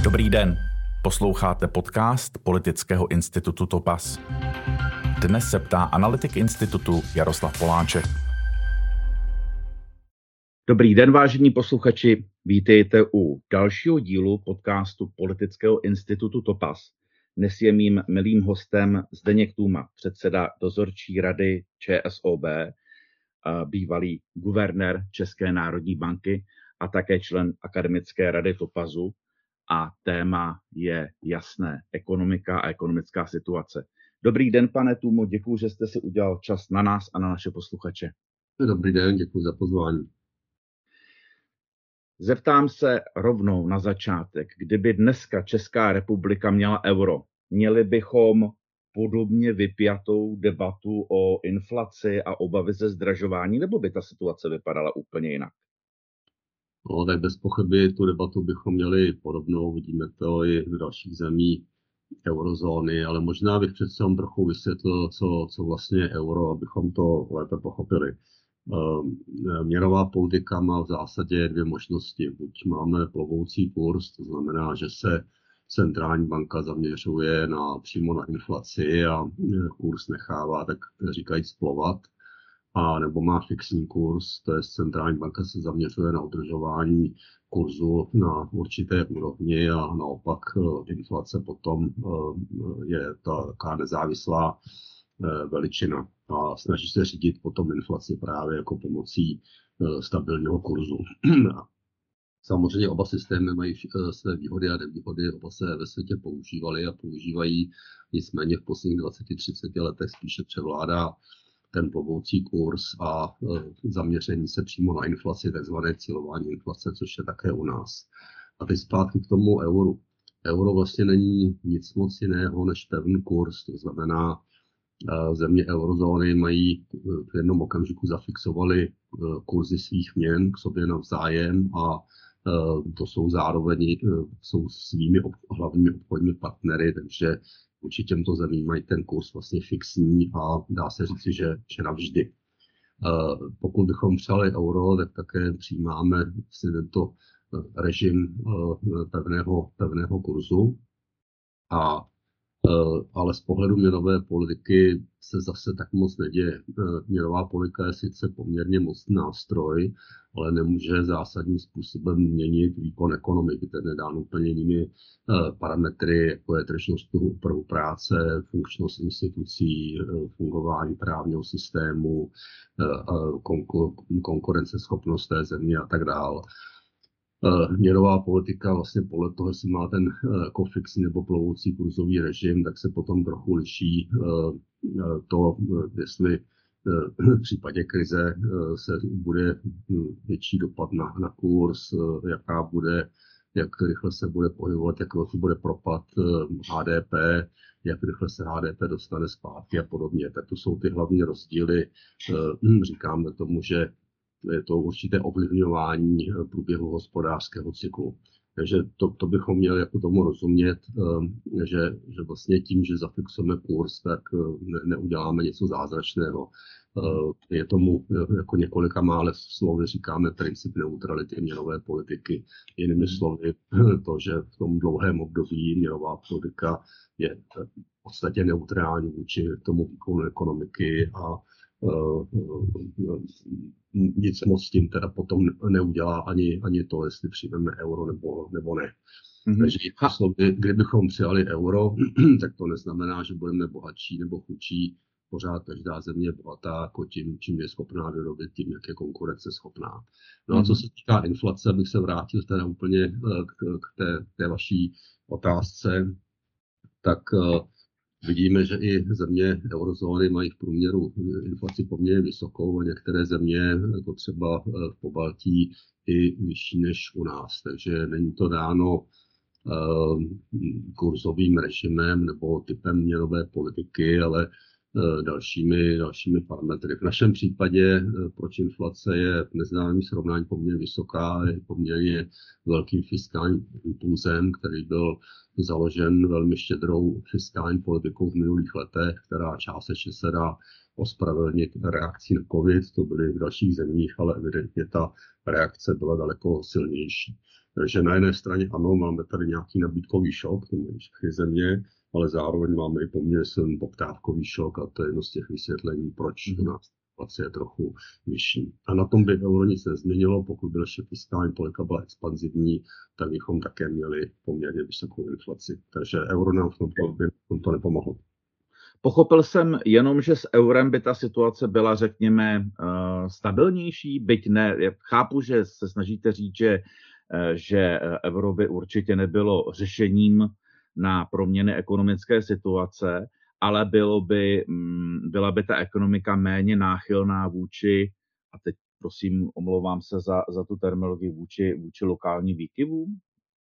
Dobrý den, posloucháte podcast Politického institutu Topaz. Dnes se ptá analytik institutu Jaroslav Poláček. Dobrý den, vážení posluchači, vítejte u dalšího dílu podcastu Politického institutu Topaz. Dnes je mým milým hostem Zdeněk Tůma, předseda dozorčí rady ČSOB, bývalý guvernér České národní banky a také člen akademické rady Topazu. A téma je jasné, ekonomika a ekonomická situace. Dobrý den, pane Tůmo, děkuji, že jste si udělal čas na nás a na naše posluchače. Dobrý den, děkuji za pozvání. Zeptám se rovnou na začátek, kdyby dneska Česká republika měla euro, měli bychom podobně vypjatou debatu o inflaci a obavy ze zdražování, nebo by ta situace vypadala úplně jinak? No, tak bez pochyby tu debatu bychom měli podobnou, vidíme to i v dalších zemích eurozóny, ale možná bych přece jenom trochu vysvětlil, co vlastně je euro, abychom to lépe pochopili. Měnová politika má v zásadě dvě možnosti. Buď máme plovoucí kurz, to znamená, že se centrální banka zaměřuje přímo na inflaci a kurz nechává, tak říkajíc, plovat. A nebo má fixní kurz, to je centrální banka se zaměřuje na udržování kurzu na určité úrovni a naopak inflace potom je taková nezávislá veličina a snaží se řídit potom inflaci právě jako pomocí stabilního kurzu. Samozřejmě oba systémy mají své výhody a nevýhody, oba se ve světě používaly a používají, nicméně v posledních 20-30 letech spíše převládá ten plovoucí kurz a zaměření se přímo na inflaci, takzvané cílování inflace, což je také u nás. A teď zpátky k tomu euru. Euro vlastně není nic moc jiného než pevný kurz, to znamená, země eurozóny mají v jednom okamžiku zafixovaly kurzy svých měn k sobě navzájem a to jsou zároveň jsou svými hlavními obchodními partnery, takže vůči těmto zemím mají ten kurz vlastně fixní a dá se říci, že navždy. Pokud bychom přijali euro, tak také přijímáme si tento režim pevného kurzu. Ale z pohledu měnové politiky se zase tak moc neděje. Měnová politika je sice poměrně mocný nástroj, ale nemůže zásadním způsobem měnit výkon ekonomiky. Ten je dán úplně jinými parametry, jako je tržnost trhu práce, funkčnost institucí, fungování právního systému, konkurenceschopnost té země a tak dále. Měnová politika vlastně podle toho, jestli má ten jako fixní nebo plovoucí kurzový režim, tak se potom trochu liší to, jestli v případě krize se bude větší dopad na kurz, jak rychle se bude pohybovat, jak velký bude propad HDP, jak rychle se HDP dostane zpátky a podobně. Tak to jsou ty hlavní rozdíly. Říkáme tomu, že je to určité ovlivňování průběhu hospodářského cyklu. Takže to bychom měli jako tomu rozumět, že vlastně tím, že zafixujeme kurz, tak neuděláme něco zázračného. Je tomu jako několika mále slovy říkáme princip neutrality měnové politiky. Jinými slovy to, že v tom dlouhém období měnová politika je v podstatě neutrální vůči tomu výkonu ekonomiky a nic moc s tím teda potom neudělá ani to, jestli přijmeme euro nebo ne. Takže kdybychom přijali euro, tak to neznamená, že budeme bohatší nebo chudší. Pořád každá země je bohatá jako tím, čím je schopná vyrobit, tím, jak je konkurenceschopná. No a co se týká inflace, abych se vrátil teda úplně k té vaší otázce, tak vidíme, že i země eurozóny mají v průměru inflaci poměrně vysokou a některé země, jako třeba v Pobaltí, i vyšší než u nás. Takže není to dáno kurzovým režimem nebo typem měnové politiky, ale dalšími parametry. V našem případě, proč inflace je v mezinárodním srovnání poměrně vysoká, je poměrně velkým fiskálním impulzem, který byl založen velmi štědrou fiskální politikou v minulých letech, která částečně se dá ospravedlnit reakcí na COVID. To byly v dalších zemích, ale evidentně ta reakce byla daleko silnější. Takže na jedné straně ano, máme tady nějaký nabídkový šok, to mají všechny země, ale zároveň máme i poměrně silný poptávkový šok a to je jedno z těch vysvětlení, proč u nás inflace je trochu vyšší. A na tom by euro nic nezměnilo, pokud by naše fiskální politika byla expanzivní, tak bychom také měli poměrně vysokou inflaci. Takže euro nám v tomto nepomohlo. Pochopil jsem jenom, že s eurem by ta situace byla, řekněme, stabilnější, byť ne. Chápu, že se snažíte říct, že euro by určitě nebylo řešením na proměny ekonomické situace, ale byla by ta ekonomika méně náchylná vůči, a teď prosím, omlouvám se za tu terminologii, vůči lokálním výkyvům?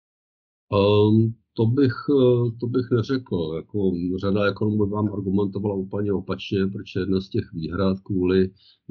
To bych neřekl. Jako řada ekonomů vám argumentovala úplně opačně, protože jedna z těch výhrad kvůli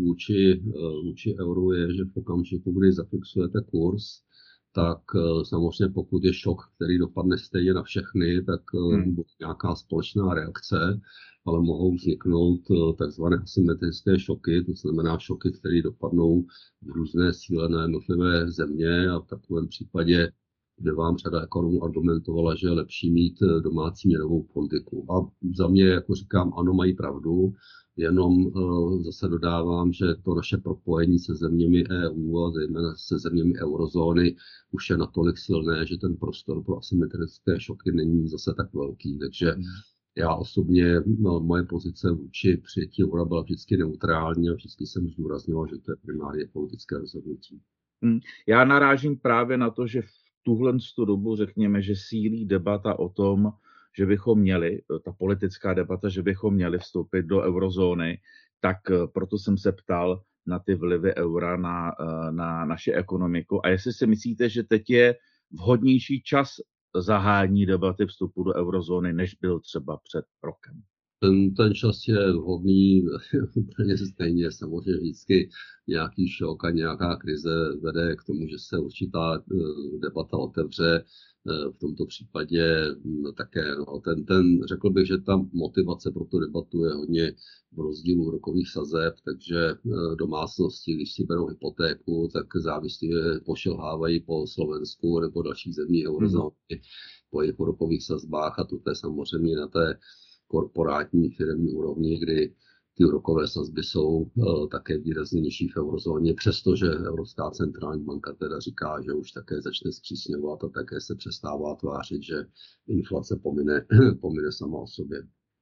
vůči euru je, že v okamžiku, kdy zafixujete kurz, tak samozřejmě pokud je šok, který dopadne stejně na všechny, tak bude nějaká společná reakce, ale mohou vzniknout takzvané asymetrické šoky, to znamená šoky, které dopadnou v různé síle na jednotlivé země a v takovém případě kde vám řada ekonomů argumentovala, že je lepší mít domácí měnovou politiku. A za mě, jako říkám, ano, mají pravdu, jenom zase dodávám, že to naše propojení se zeměmi EU a zejména se zeměmi eurozóny už je natolik silné, že ten prostor pro asymetrické šoky není zase tak velký. Takže já osobně, moje pozice vůči přijetí eura byla vždycky neutrální a vždycky jsem zdůrazňoval, že to je primárně politické rozhodnutí. Já narážím právě na to, že v tuhle dobu řekněme, že sílí debata o tom, že bychom měli, ta politická debata, že bychom měli vstoupit do eurozóny, tak proto jsem se ptal na ty vlivy eura na naši ekonomiku. A jestli si myslíte, že teď je vhodnější čas zahájení debaty vstupu do eurozóny, než byl třeba před rokem? Ten čas je vhodný úplně stejně. Samozřejmě vždycky nějaký šok a nějaká krize vede k tomu, že se určitá debata otevře. V tomto případě také, řekl bych, že ta motivace pro tu debatu je hodně v rozdílu úrokových sazeb, takže domácnosti, když si berou hypotéku, tak závislivě pošilhávají po Slovensku nebo dalších zemí eurozóny po jejich úrokových sazbách a to je samozřejmě na té korporátní firmní úrovni, kdy ty úrokové sazby jsou také výrazně nižší v eurozóně, přestože Evropská centrální banka teda říká, že už také začne zpřísňovat a také se přestává tvářit, že inflace pomine sama o sobě.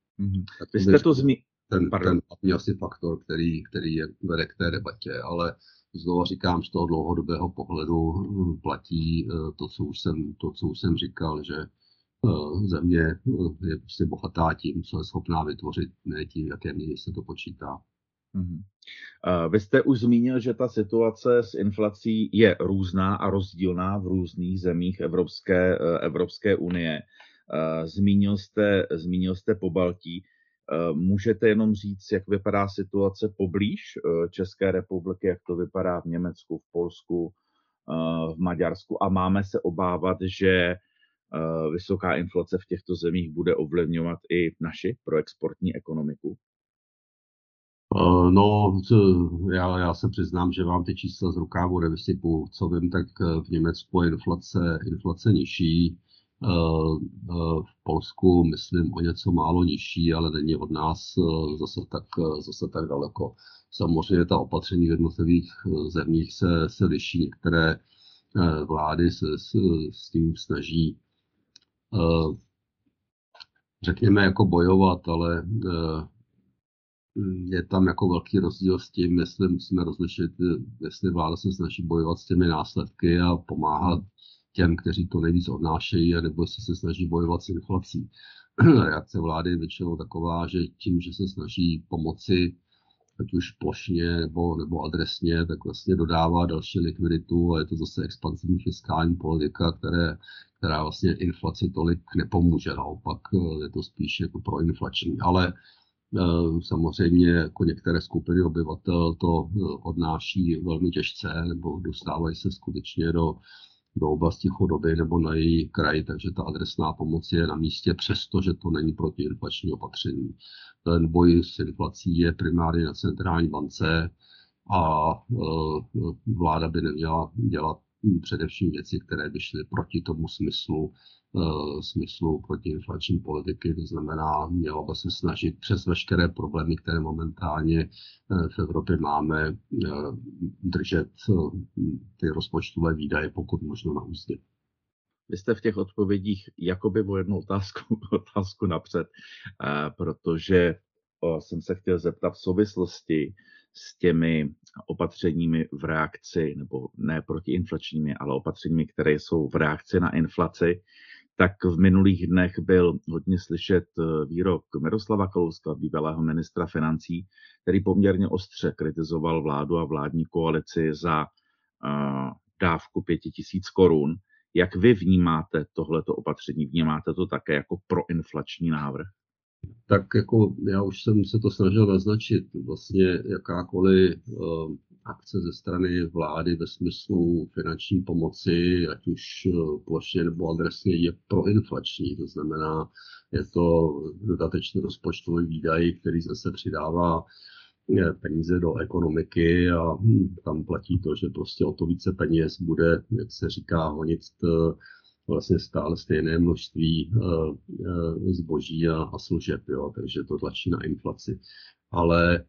Vy jste to ten asi faktor, který je vede k té debatě, ale znovu říkám, z toho dlouhodobého pohledu platí to, co už jsem říkal, že země je prostě bohatá tím, co je schopná vytvořit, ne tím, jaké měně se to počítá. Vy jste už zmínil, že ta situace s inflací je různá a rozdílná v různých zemích Evropské unie. Zmínil jste Pobaltí. Můžete jenom říct, jak vypadá situace poblíž České republiky, jak to vypadá v Německu, v Polsku, v Maďarsku a máme se obávat, že vysoká inflace v těchto zemích bude ovlivňovat i naši proexportní ekonomiku? No, já se přiznám, že vám ty čísla z rukávu nevysypu. Co vím, tak v Německu je inflace nižší. V Polsku, myslím, o něco málo nižší, ale není od nás zase tak daleko. Samozřejmě ta opatření v jednotlivých zemích se liší. Některé vlády se s tím snaží řekněme jako bojovat, ale je tam jako velký rozdíl s tím, jestli musíme rozlišit, jestli vláda se snaží bojovat s těmi následky a pomáhat těm, kteří to nejvíc odnášejí, nebo jestli se snaží bojovat s inflací. Reakce vlády je většinou taková, že tím, že se snaží pomoci ať už plošně nebo adresně, tak vlastně dodává další likviditu a je to zase expanzivní fiskální politika, která vlastně inflaci tolik nepomůže. Naopak je to spíš jako proinflační. Ale samozřejmě jako některé skupiny obyvatel to odnáší velmi těžce nebo dostávají se skutečně do oblasti chudoby nebo na její kraj, takže ta adresná pomoc je na místě, přestože to není protiinflační opatření. Ten boj s inflací je primárně na centrální bance a vláda by neměla dělat především věci, které by šly proti tomu smyslu protiinflační politiky, to znamená, mělo by se snažit přes veškeré problémy, které momentálně v Evropě máme, držet ty rozpočtové výdaje pokud možno na úzdě. Vy jste v těch odpovědích jakoby o jednu otázku napřed, protože jsem se chtěl zeptat v souvislosti s těmi opatřeními v reakci, nebo ne protiinflačními, ale opatřeními, které jsou v reakci na inflaci, tak v minulých dnech byl hodně slyšet výrok Miroslava Kalouska, bývalého ministra financí, který poměrně ostře kritizoval vládu a vládní koalici za dávku 5 000 korun. Jak vy vnímáte tohleto opatření? Vnímáte to také jako proinflační návrh? Tak jako já už jsem se to snažil naznačit, vlastně jakákoliv akce ze strany vlády ve smyslu finanční pomoci, ať už plošně nebo adresně, je proinflační. To znamená, je to dodatečný rozpočtový výdaj, který zase přidává peníze do ekonomiky a tam platí to, že prostě o to více peněz bude, jak se říká, honit vlastně stále stejné množství zboží a služeb, jo, takže to tlačí na inflaci. Ale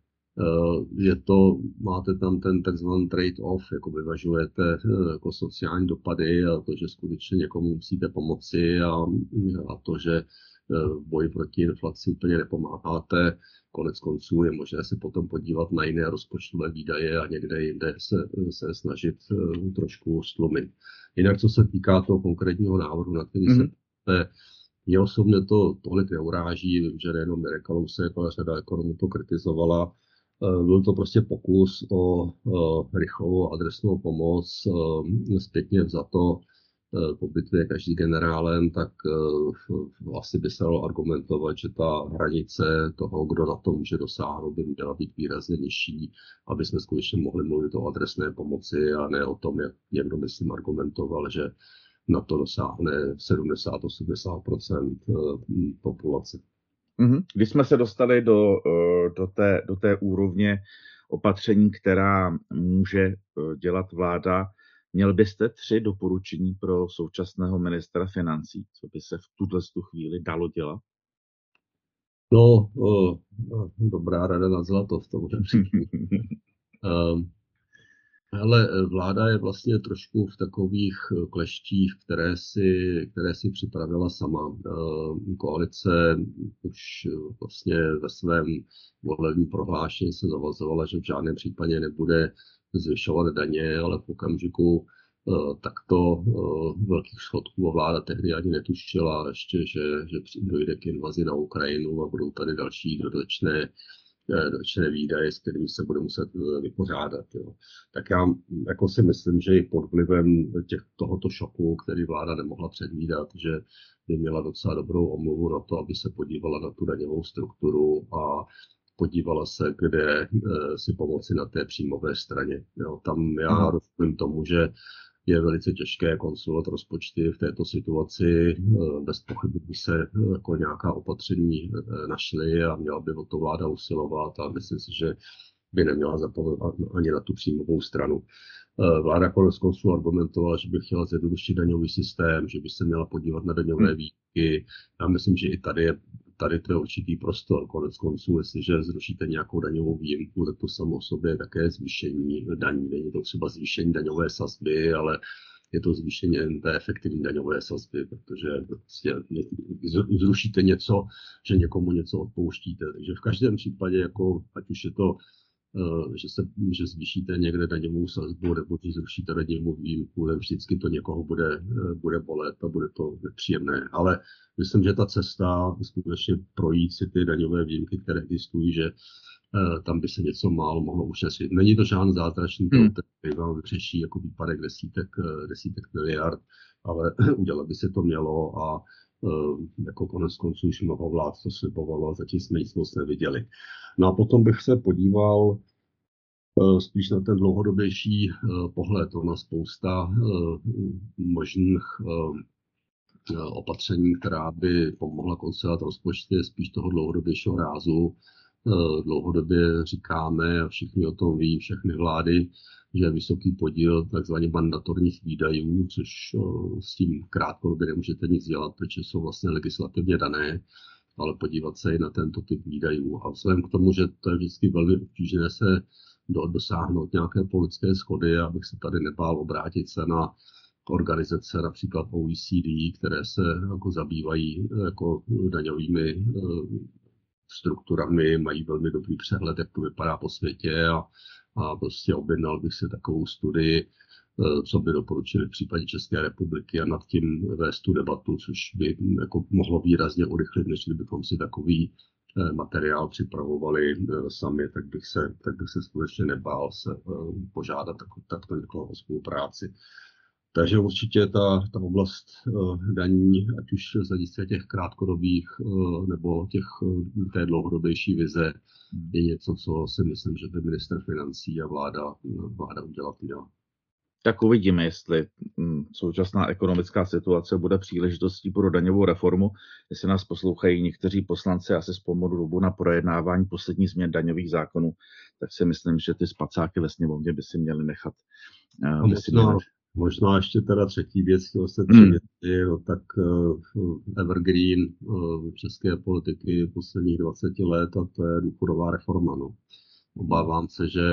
máte tam ten takzvaný trade-off, jako vyvažujete jako sociální dopady a to, že skutečně někomu musíte pomoci a to, že v boji proti inflaci úplně nepomáháte. Konec konců je možné se potom podívat na jiné rozpočtové výdaje a někde jinde se snažit trošku stlumit. Jinak, co se týká toho konkrétního návrhu, na který se mě osobně to tolik neuráží, vím, že nejenom Mirek Kalousek, ale řada ekonomů to kritizovala. Byl to prostě pokus o rychlou adresnou pomoc, zpětně vzato po bitvě každý generálem, tak asi by se dalo argumentovat, že ta hranice toho, kdo na to může dosáhnout, by měla být výrazně nižší, aby jsme skutečně mohli mluvit o adresné pomoci a ne o tom, jak někdo, myslím, argumentoval, že na to dosáhne 70-80% populace. Když jsme se dostali do té úrovně opatření, která může dělat vláda, měl byste 3 doporučení pro současného ministra financí, co by se v tuhle chvíli dalo dělat? No, dobrá rada na zlato v tomhle případě. Ale vláda je vlastně trošku v takových kleštích, které si připravila sama. Koalice už vlastně ve svém volebním prohlášení se zavazovala, že v žádném případě nebude zvyšovat daně, ale v okamžiku takto velkých schodků a vláda tehdy ani netušila ještě, že dojde k invazi na Ukrajinu a budou tady další dodatečné výdaje, s kterými se bude muset vypořádat. Jo. Tak já jako si myslím, že i pod vlivem tohoto šoku, který vláda nemohla předvídat, že by měla docela dobrou omluvu na to, aby se podívala na tu daňovou strukturu a podívala se, kde si pomoci na té příjmové straně. Jo. Tam já rozumím tomu, že je velice těžké konsolidovat rozpočty v této situaci. Bez pochyby by se jako nějaká opatření našly a měla by o to vláda usilovat a myslím si, že by neměla zapomenout ani na tu příjmovou stranu. Vláda konec konců argumentovala, že by chtěla zjednodušit daňový systém, že by se měla podívat na daňové výjimky. Já myslím, že i tady to je určitý prostor. Konec konců, jestliže zrušíte nějakou daňovou výjimku, tak to samo o sobě je také zvýšení daní. Není to třeba zvýšení daňové sazby, ale je to zvýšení té efektivní daňové sazby, protože zrušíte něco, že někomu něco odpouštíte. Takže v každém případě, jako, ať už je to že zvýšíte někde daňovou sazbu nebo že zrušíte daňovou výjimku, tak vždycky to někoho bude bolet a bude to nepříjemné. Ale myslím, že ta cesta skutečně projít si ty daňové výjimky, které existují, že tam by se něco málo mohlo ušetřit. Není to žádný zázračný produkt, který vám vyřeší jako výpadek desítek miliard, ale udělat by se to mělo a jako konec konců už mnoho vlád to slibovalo a zatím jsme nic moc neviděli. No a potom bych se podíval spíš na ten dlouhodobější pohled. Ona spousta možných opatření, která by pomohla konsolidovat rozpočty, spíš toho dlouhodobějšího rázu. dlouhodobě říkáme a všichni o tom ví, všechny vlády, že je vysoký podíl takzvaně mandatorních výdajů, což s tím krátkodobě nemůžete nic dělat, protože jsou vlastně legislativně dané, ale podívat se i na tento typ výdajů. A vzhledem k tomu, že to je vždycky velmi obtížné se dosáhnout nějaké politické shody, abych se tady nebál obrátit se na organizace, například OECD, které se jako zabývají jako daňovými strukturami, mají velmi dobrý přehled, jak to vypadá po světě a prostě objednal bych si takovou studii, co by doporučili v případě České republiky a nad tím vést tu debatu, což by jako mohlo výrazně urychlit, než kdybychom si takový materiál připravovali sami, tak bych se skutečně nebál se požádat takto někoho o spolupráci. Takže určitě ta oblast daní, ať už z hlediska těch krátkodobých nebo té dlouhodobější vize, je něco, co si myslím, že by ministr financí a vláda udělat měla. Tak uvidíme, jestli současná ekonomická situace bude příležitostí pro daňovou reformu. Jestli nás poslouchají někteří poslanci, asi vzpomenu dobu na projednávání posledních změn daňových zákonů, tak si myslím, že ty spacáky ve sněmovně by si měli nechat. Možná ještě teda třetí věc, chtěl se tři věci, tak evergreen české politiky posledních 20 let a to je důchodová reforma. No. Obávám se, že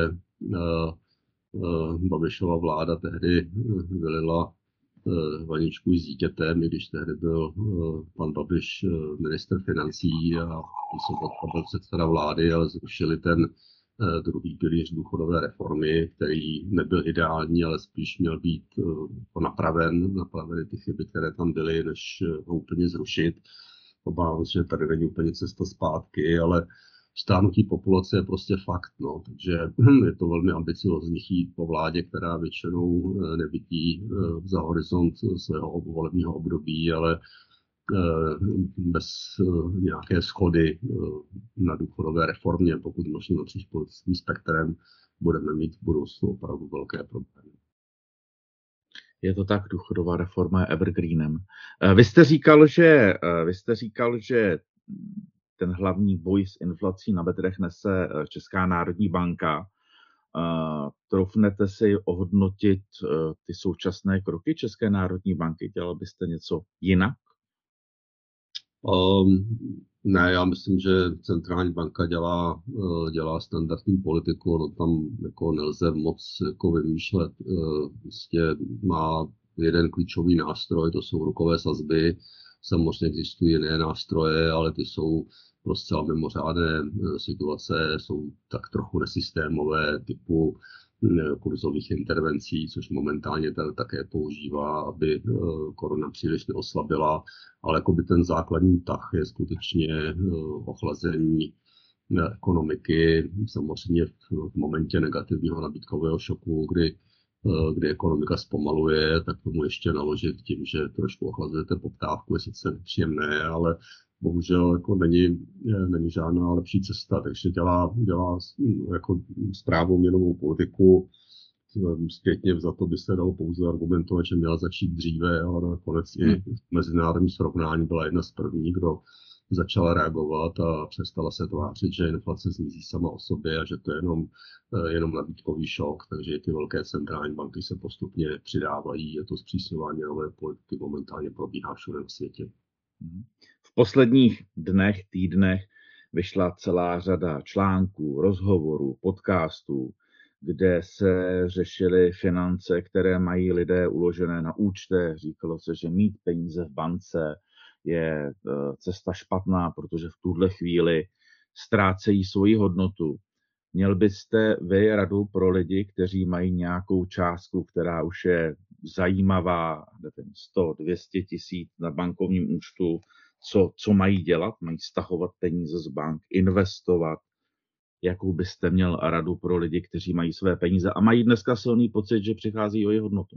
Babišova vláda tehdy vylila vaničku s dítětem, i když tehdy byl pan Babiš ministr financí a Sobotka byl předseda vlády, ale zrušili ten druhý pilíř důchodové reformy, který nebyl ideální, ale spíš měl být napraveny ty chyby, které tam byly, než ho úplně zrušit. Obávám se, že tady není úplně cesta zpátky, ale stárnutí populace je prostě fakt, no, takže je to velmi ambiciozní jít po vládě, která většinou nevidí za horizont svého volebního období, ale bez nějaké shody na důchodové reformě, pokud možná napříč politickým spektrem, budeme mít v budoucnu opravdu velké problémy. Je to tak, důchodová reforma je evergreenem. Vy jste říkal, že ten hlavní boj s inflací na bedrech nese Česká národní banka. Troufnete si ohodnotit ty současné kroky České národní banky? Dělal byste něco jinak? Ne, já myslím, že centrální banka dělá standardní politiku, no tam jako nelze moc jako vymýšlet. Prostě má jeden klíčový nástroj, to jsou úrokové sazby. Samozřejmě existují jiné nástroje, ale ty jsou prostě mimořádné situace, jsou tak trochu nesystémové typu kurzových intervencí, což momentálně tady také používá, aby koruna příliš neoslabila, ale jakoby ten základní tah je skutečně ochlazení ekonomiky, samozřejmě v momentě negativního nabídkového šoku, kdy ekonomika zpomaluje, tak tomu ještě naložit tím, že trošku ochlazujete poptávku, je sice nepříjemné, ale bohužel jako není žádná lepší cesta, takže dělá jako správnou měnovou politiku. Zpětně za to by se dalo pouze argumentovat, že měla začít dříve, ale nakonec i v mezinárodním srovnání byla jedna z prvních, kdo začala reagovat a přestala se tvářit, že inflace zmizí sama o sobě a že to je jenom nabídkový šok, takže ty velké centrální banky se postupně přidávají, je to zpřísňování nové politiky momentálně probíhá všude na světě. V posledních dnech, týdnech vyšla celá řada článků, rozhovorů, podcastů, kde se řešily finance, které mají lidé uložené na účtech. Říkalo se, že mít peníze v bance je cesta špatná, protože v tuhle chvíli ztrácejí svoji hodnotu. Měl byste vy radu pro lidi, kteří mají nějakou částku, která už je zajímavá, 100, 200 tisíc na bankovním účtu, co mají dělat? Mají stahovat peníze z bank, investovat? Jakou byste měl radu pro lidi, kteří mají své peníze a mají dneska silný pocit, že přichází o jejich hodnotu?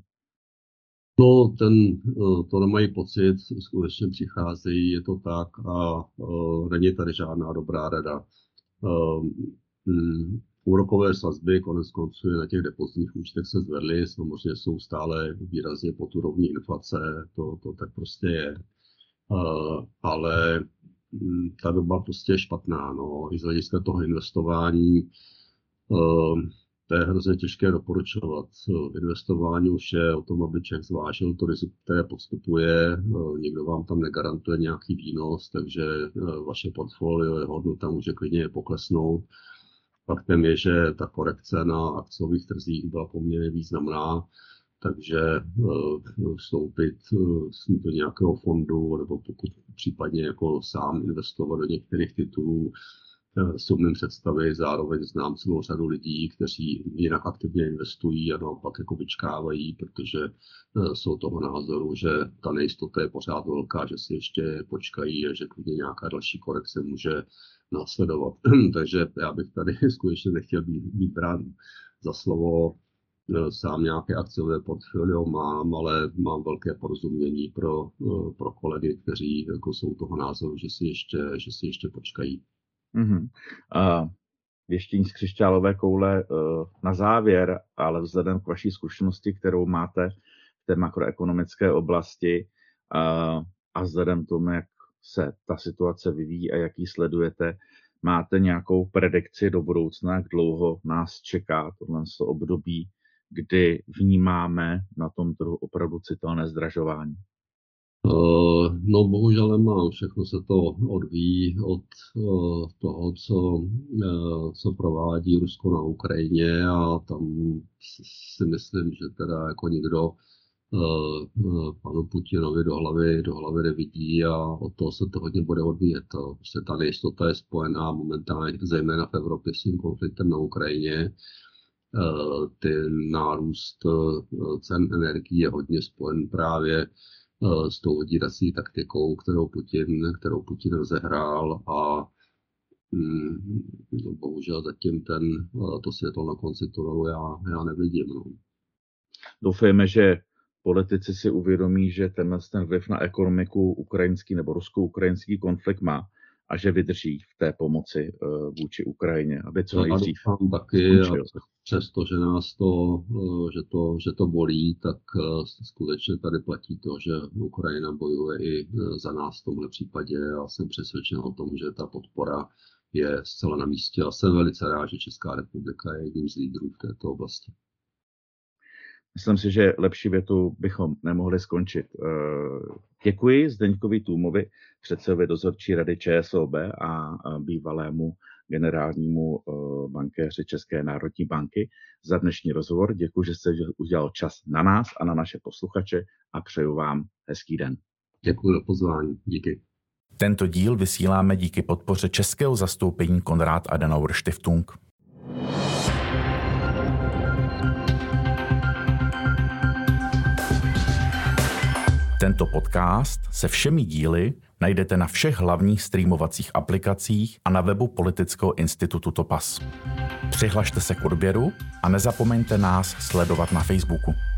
No, to nemají pocit, skutečně přicházejí, je to tak a není tady žádná dobrá rada. Úrokové sazby konec konců na těch depozitních účtech se zvedly, samozřejmě jsou stále výrazně pod úrovní inflace, to tak prostě je. Ale ta doba prostě je špatná. No. I z hlediska toho investování to je hrozně těžké doporučovat. Investování už je o tom, aby člověk zvážil to riziko, které podstupuje. Nikdo vám tam negarantuje nějaký výnos, takže vaše portfolio, je hodnota může klidně poklesnout. Faktem je, že ta korekce na akciových trzích byla poměrně významná, takže vstoupit do nějakého fondu nebo pokud případně jako sám investovat do některých titulů, s umím představy, zároveň znám celou řadu lidí, kteří jinak aktivně investují a naopak jako vyčkávají, protože jsou toho názoru, že ta nejistota je pořád velká, že si ještě počkají a že klidně nějaká další korekce může následovat. Takže já bych tady skutečně nechtěl být brán za slovo. Sám nějaké akciové portfolio mám, ale mám velké porozumění pro kolegy, kteří jako jsou toho názoru, že si ještě počkají. Mm-hmm. Věštění z křišťálové koule na závěr, ale vzhledem k vaší zkušenosti, kterou máte v té makroekonomické oblasti a vzhledem k tomu, jak se ta situace vyvíjí a jak ji sledujete, máte nějakou predikci do budoucna, jak dlouho nás čeká tohle období, kdy vnímáme na tom trhu opravdu citelné zdražování? No bohužel nemám, všechno se to odvíjí od toho, co provádí Rusko na Ukrajině a tam si myslím, že teda jako nikdo panu Putinovi do hlavy nevidí a od toho se to hodně bude odvíjet. Prostě ta nejistota je spojená momentálně zejména v Evropě s tím konfliktem na Ukrajině. Ten nárůst cen energií je hodně spojen právě s tou odírací taktikou, kterou Putin rozehrál a bohužel zatím to světlo na konci tunelu já nevidím. No. Doufejme, že politici si uvědomí, že ten vliv na ekonomiku ukrajinský nebo rusko-ukrajinský konflikt má a že vydrží v té pomoci vůči Ukrajině, aby co nejdřív taky, přestože nás že to bolí, tak skutečně tady platí to, že Ukrajina bojuje i za nás v tomhle případě a jsem přesvědčen o tom, že ta podpora je zcela na místě a jsem velice rád, že Česká republika je jedním z lídrů v této oblasti. Myslím si, že lepší větu bychom nemohli skončit. Děkuji Zdeňkovi Tůmovi, předsedovi dozorčí rady ČSOB a bývalému generálnímu bankéři České národní banky za dnešní rozhovor. Děkuji, že jste udělal čas na nás a na naše posluchače a přeju vám hezký den. Děkuji za pozvání. Díky. Tento díl vysíláme díky podpoře českého zastoupení Konrad Adenauer Stiftung. Tento podcast se všemi díly najdete na všech hlavních streamovacích aplikacích a na webu Politického institutu Topas. Přihlašte se k odběru a nezapomeňte nás sledovat na Facebooku.